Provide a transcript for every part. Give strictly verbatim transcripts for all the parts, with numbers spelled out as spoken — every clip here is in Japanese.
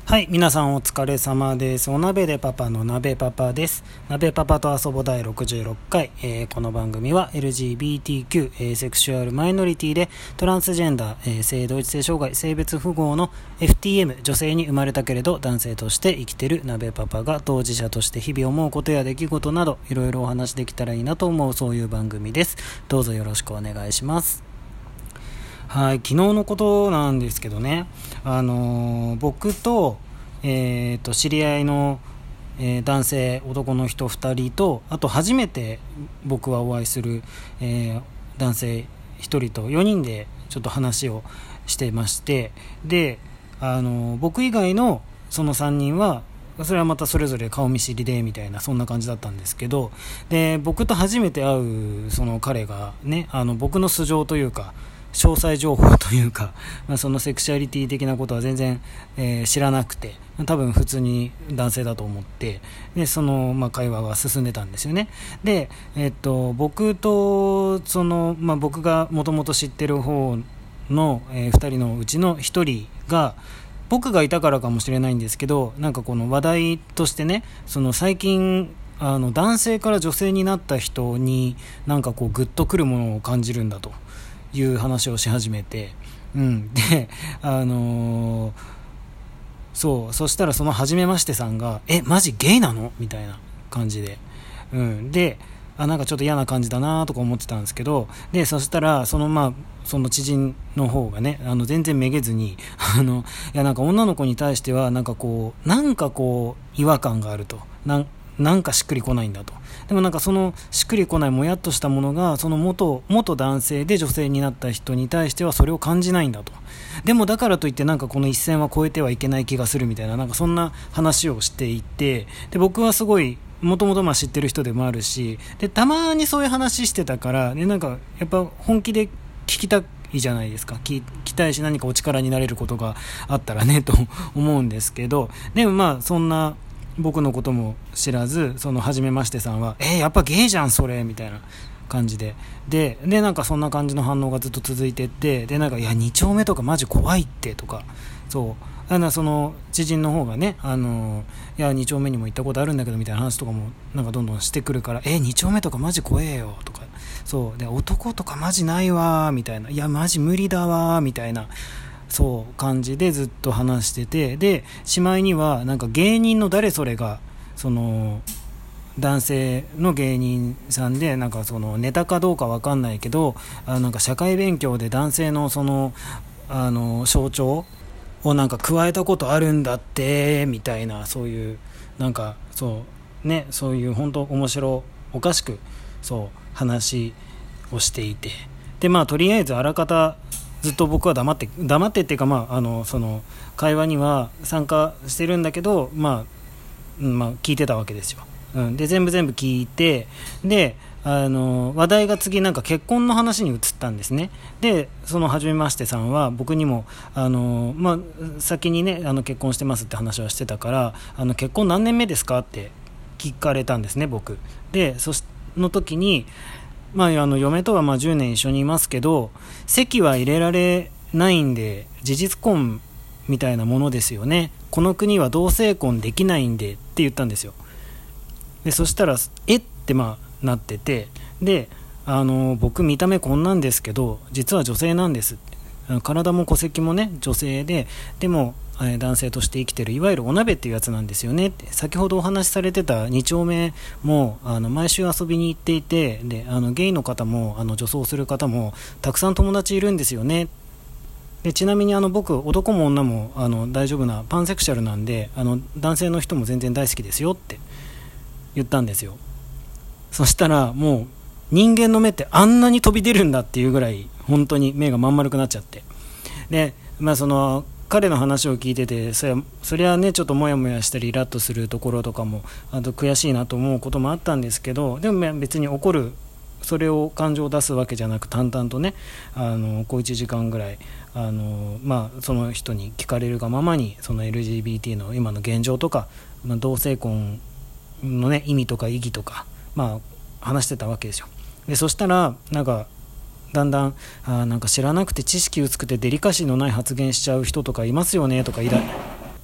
はい、皆さんお疲れ様です。お鍋でパパの鍋パパです。鍋パパと遊ぼだいろくじゅうろっかい、えー、この番組は エルジービーティーキュー、えー、セクシュアルマイノリティでトランスジェンダー、えー、性同一性障害、性別不合の エフティーエム、女性に生まれたけれど男性として生きてる鍋パパが当事者として日々思うことや出来事などいろいろお話できたらいいなと思う、そういう番組です。どうぞよろしくお願いします。はい、昨日のことなんですけどね、あのー、僕とえー、と知り合いの、えー、男性男の人ふたりと、あと初めて僕はお会いする、えー、男性ひとりとよにんでちょっと話をしてまして、であの僕以外のそのさんにんはそれはまたそれぞれ顔見知りでみたいな、そんな感じだったんですけど、で僕と初めて会うその彼がね、あの僕の素性というか詳細情報というか、まあ、そのセクシャリティ的なことは全然、えー、知らなくて、多分普通に男性だと思って、でその、まあ、会話が進んでたんですよね。で、えっと、僕とその、まあ、僕がもともと知ってる方の、えー、ふたりのうちのひとりが、僕がいたからかもしれないんですけど、なんかこの話題としてね、その最近あの男性から女性になった人になんかこうグッとくるものを感じるんだという話をし始めて、うん、で、あのー、そう、そしたらその初めましてさんが、え、マジゲイなのみたいな感じで、うん、で、あ、なんかちょっと嫌な感じだなとか思ってたんですけど、で、そしたら、そのまあ、その知人の方がね、あの全然めげずに、あの、いやなんか女の子に対しては、なんかこう、なんかこう、違和感があると。なんなんかしっくりこないんだと。でもなんかそのしっくりこないもやっとしたものがその元元男性で女性になった人に対してはそれを感じないんだと。でもだからといってなんかこの一線は越えてはいけない気がするみたいな、なんかそんな話をしていて、で僕はすごいもともと知ってる人でもあるし、でたまにそういう話してたから、ね、なんかやっぱ本気で聞きたいじゃないですか。聞きたいし、何かお力になれることがあったらねと思うんですけど、でもまあそんな僕のことも知らず、その初めましてさんは、えー、やっぱゲイじゃんそれみたいな感じで、ででなんかそんな感じの反応がずっと続いてって、でなんかいやに丁目とかマジ怖いってとか、そうあのその知人の方がね、あのいやに丁目にも行ったことあるんだけどみたいな話とかもなんかどんどんしてくるから、えー、に丁目とかマジ怖えよとか、そうで男とかマジないわみたいな、いやマジ無理だわみたいな、そう感じでずっと話してて、でしまいにはなんか芸人の誰それがその男性の芸人さんで、なんかそのネタかどうかわかんないけど、あなんか社会勉強で男性のそのあの象徴をなんか加えたことあるんだってみたいな、そういうなんかそうね、そういう本当面白おかしくそう話をしていて、でまあとりあえずあらかたずっと僕は黙って黙ってっていうか、まああのその会話には参加してるんだけど、まあ、うん、まあ聞いてたわけですよ。うん、で全部全部聞いて、であの話題が次なんか結婚の話に移ったんですね。でその初めましてさんは僕にもあの、まあ、先にねあの結婚してますって話はしてたから、あの結婚何年目ですかって聞かれたんですね僕で。その時にまあ、あの嫁とはまあじゅうねん一緒にいますけど、籍は入れられないんで事実婚みたいなものですよね。この国は同性婚できないんでって言ったんですよ。でそしたらえってまあなってて、であの僕見た目こんなんですけど実は女性なんですって、体も戸籍もね女性で、でも男性として生きてるいわゆるお鍋っていうやつなんですよねって。先ほどお話しされてたに丁目もあの毎週遊びに行っていて、であのゲイの方もあの女装する方もたくさん友達いるんですよね。でちなみにあの僕男も女もあの大丈夫なパンセクシャルなんで、あの男性の人も全然大好きですよって言ったんですよ。そしたらもう人間の目ってあんなに飛び出るんだっていうぐらい本当に目がまん丸くなっちゃって、でまあその彼の話を聞いてて、そりゃ、そりゃねちょっとモヤモヤしたりイラッとするところとかも、あと悔しいなと思うこともあったんですけど、でも別に怒る、それを感情を出すわけじゃなく淡々とね、あのこういちじかんぐらいあの、まあ、その人に聞かれるがままにその エルジービーティー の今の現状とか、まあ、同性婚の、ね、意味とか意義とか、まあ、話してたわけですよ。でそしたらなんかだんだんあなんか知らなくて知識薄くてデリカシーのない発言しちゃう人とかいますよねとか言いだ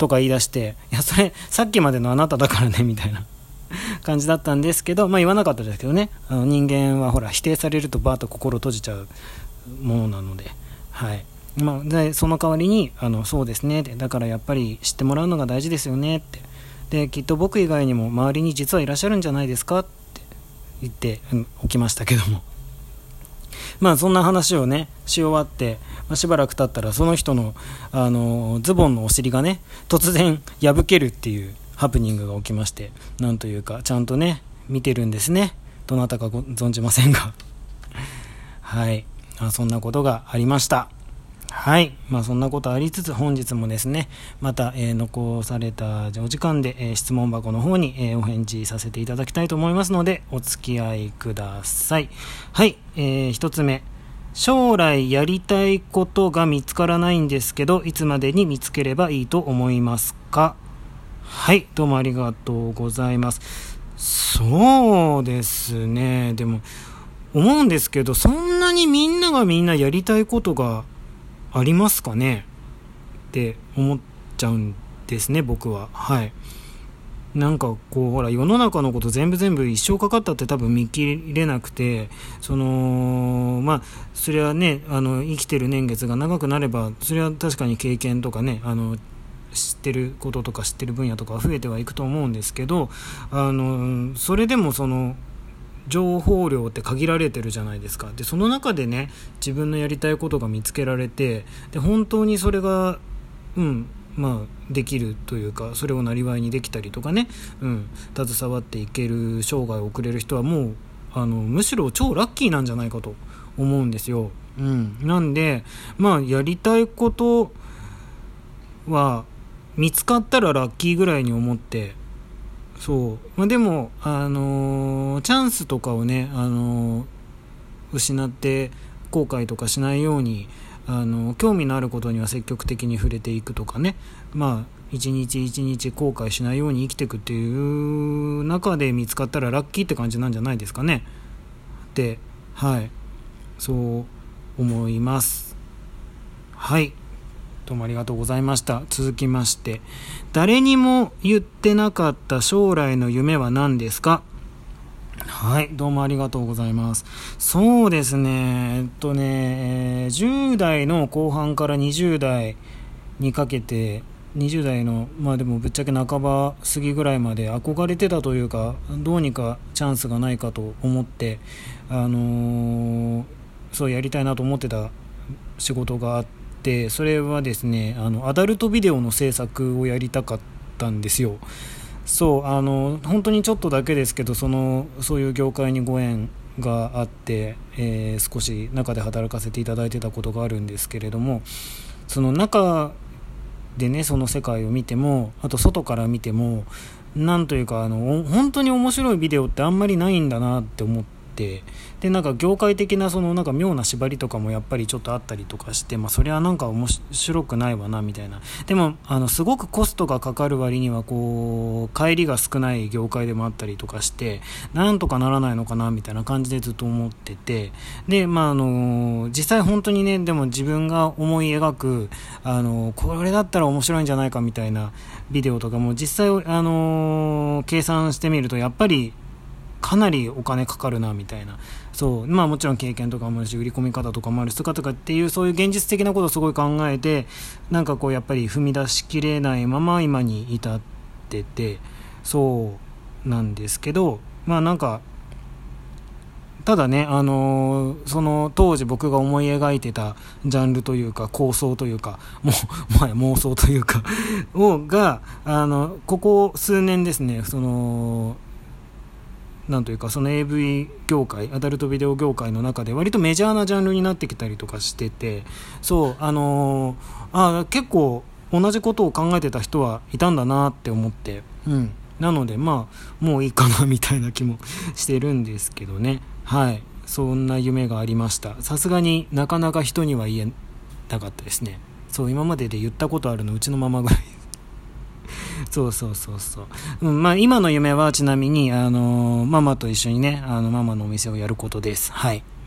とか言い出して、いやそれさっきまでのあなただからねみたいな感じだったんですけど、まあ言わなかったですけどね、あの人間はほら否定されるとバーッと心閉じちゃうものなので、はい、まあ、でその代わりにあのそうですねって、だからやっぱり知ってもらうのが大事ですよねって、できっと僕以外にも周りに実はいらっしゃるんじゃないですかって言っておきましたけども、まあそんな話をねし終わって、まあ、しばらく経ったらその人の、あのズボンのお尻がね突然破けるっていうハプニングが起きまして、なんというかちゃんとね見てるんですね。どなたかご存じませんがはい、あ、そんなことがありました。はい、まあそんなことありつつ、本日もですねまた、えー、残されたお時間で、えー、質問箱の方に、えー、お返事させていただきたいと思いますのでお付き合いください。はい、えー、一つ目、将来やりたいことが見つからないんですけどいつまでに見つければいいと思いますか？はい、どうもありがとうございます。そうですね、でも思うんですけど、そんなにみんながみんなやりたいことがありますかねって思っちゃうんですね、僕は。はい、なんかこうほら世の中のこと全部全部一生かかったって多分見切れなくて、そのまあそれはね、あの生きてる年月が長くなればそれは確かに経験とかね、あの知ってることとか知ってる分野とか増えてはいくと思うんですけど、あのそれでもその情報量って限られてるじゃないですか。でその中でね自分のやりたいことが見つけられて、で本当にそれがうんまあできるというか、それをなりわいにできたりとかね、うん携わっていける生涯を送れる人はもうあのむしろ超ラッキーなんじゃないかと思うんですよ。うんなんでまあやりたいことは見つかったらラッキーぐらいに思って、そう、まあ、でも、あのー、チャンスとかをね、あのー、失って後悔とかしないように、あのー、興味のあることには積極的に触れていくとかね、まあ一日一日後悔しないように生きていくっていう中で見つかったらラッキーって感じなんじゃないですかねって、はいそう思います。はい、どうもありがとうございました。続きまして、誰にも言ってなかった将来の夢は何ですか？はい、どうもありがとうございます。そうですね、えっとね、じゅう代の後半からにじゅう代にかけて、にじゅう代のまあでもぶっちゃけ半ば過ぎぐらいまで憧れてたというか、どうにかチャンスがないかと思って、あのー、そうやりたいなと思ってた仕事があって、でそれはですね、あのアダルトビデオの制作をやりたかったんですよ。そうあの本当にちょっとだけですけど、そのそういう業界にご縁があって、えー、少し中で働かせていただいてたことがあるんですけれども、その中でねその世界を見ても、あと外から見ても、なんというかあの本当に面白いビデオってあんまりないんだなって思って、でなんか業界的なそのなんか妙な縛りとかもやっぱりちょっとあったりとかして、まあそれはなんか面白くないわなみたいな。でもあのすごくコストがかかる割にはこう帰りが少ない業界でもあったりとかして、なんとかならないのかなみたいな感じでずっと思ってて、でまああの実際本当にね、でも自分が思い描くあのこれだったら面白いんじゃないかみたいなビデオとかも実際あの計算してみるとやっぱりかなりお金かかるなみたいな。そうまあもちろん経験とかもあるし、売り込み方とかもあるしとかとかっていう、そういう現実的なことをすごい考えて、なんかこうやっぱり踏み出しきれないまま今に至ってて、そうなんですけど、まあなんかただね、あのー、その当時僕が思い描いてたジャンルというか構想というか、もうもはや妄想というかをがあのここ数年ですね、そのなんというかその エーブイ 業界、アダルトビデオ業界の中で割とメジャーなジャンルになってきたりとかしてて、そうあのー、あ結構同じことを考えてた人はいたんだなって思って、うんなのでまあもういいかなみたいな気もしてるんですけどね。はい、そんな夢がありました。さすがになかなか人には言えなかったですね。そう今までで言ったことあるのうちのママぐらいそうそうそうそう、うんまあ、今の夢はちなみに、あのー、ママと一緒にねあのママのお店をやることです。はい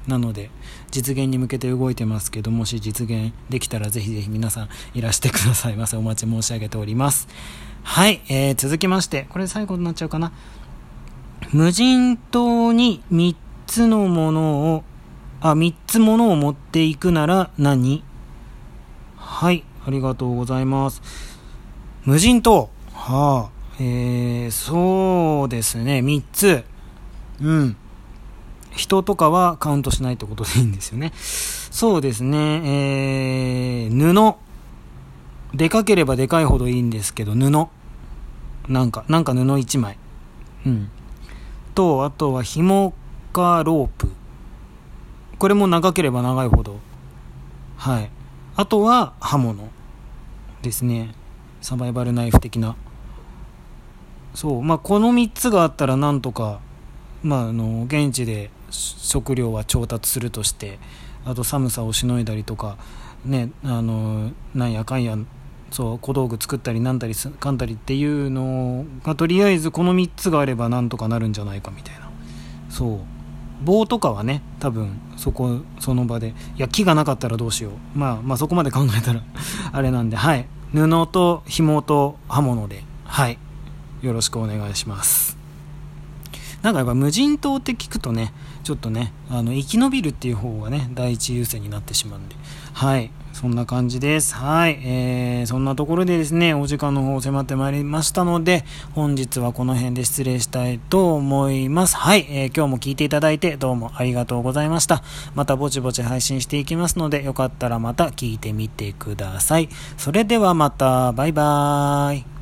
なので実現に向けて動いてますけど、もし実現できたらぜひぜひ皆さんいらしてくださいませ。お待ち申し上げております。はい、えー、続きまして、これ最後になっちゃうかな。無人島にみっつのものをあみっつものを持っていくなら何？はい、ありがとうございます。無人島、はあ、えー、そうですね、みっつ。うん。人とかはカウントしないってことでいいんですよね。そうですね、えー、布。でかければでかいほどいいんですけど、布。なんか、なんか布いちまい。うん。と、あとは紐かロープ。これも長ければ長いほど。はい。あとは刃物ですね。サバイバルナイフ的な。そう。まあ、このみっつがあったらなんとか、まあ、あの、現地で食料は調達するとして、あと寒さをしのいだりとか、ね、あの、なんやかんや、そう小道具作ったりなんだりかんだりっていうのがとりあえずこのみっつがあればなんとかなるんじゃないかみたいな。そう棒とかはね多分そこその場で、いや木がなかったらどうしよう、まあまあそこまで考えたらあれなんで、はい、布と紐と刃物で、はいよろしくお願いします。なんかやっぱ無人島って聞くとねちょっとねあの生き延びるっていう方がね第一優先になってしまうんで、はいそんな感じです。はい、えー、そんなところでですね、お時間の方迫ってまいりましたので、本日はこの辺で失礼したいと思います。はい、えー、今日も聞いていただいてどうもありがとうございました。またぼちぼち配信していきますので、よかったらまた聞いてみてください。それではまた、バイバーイ。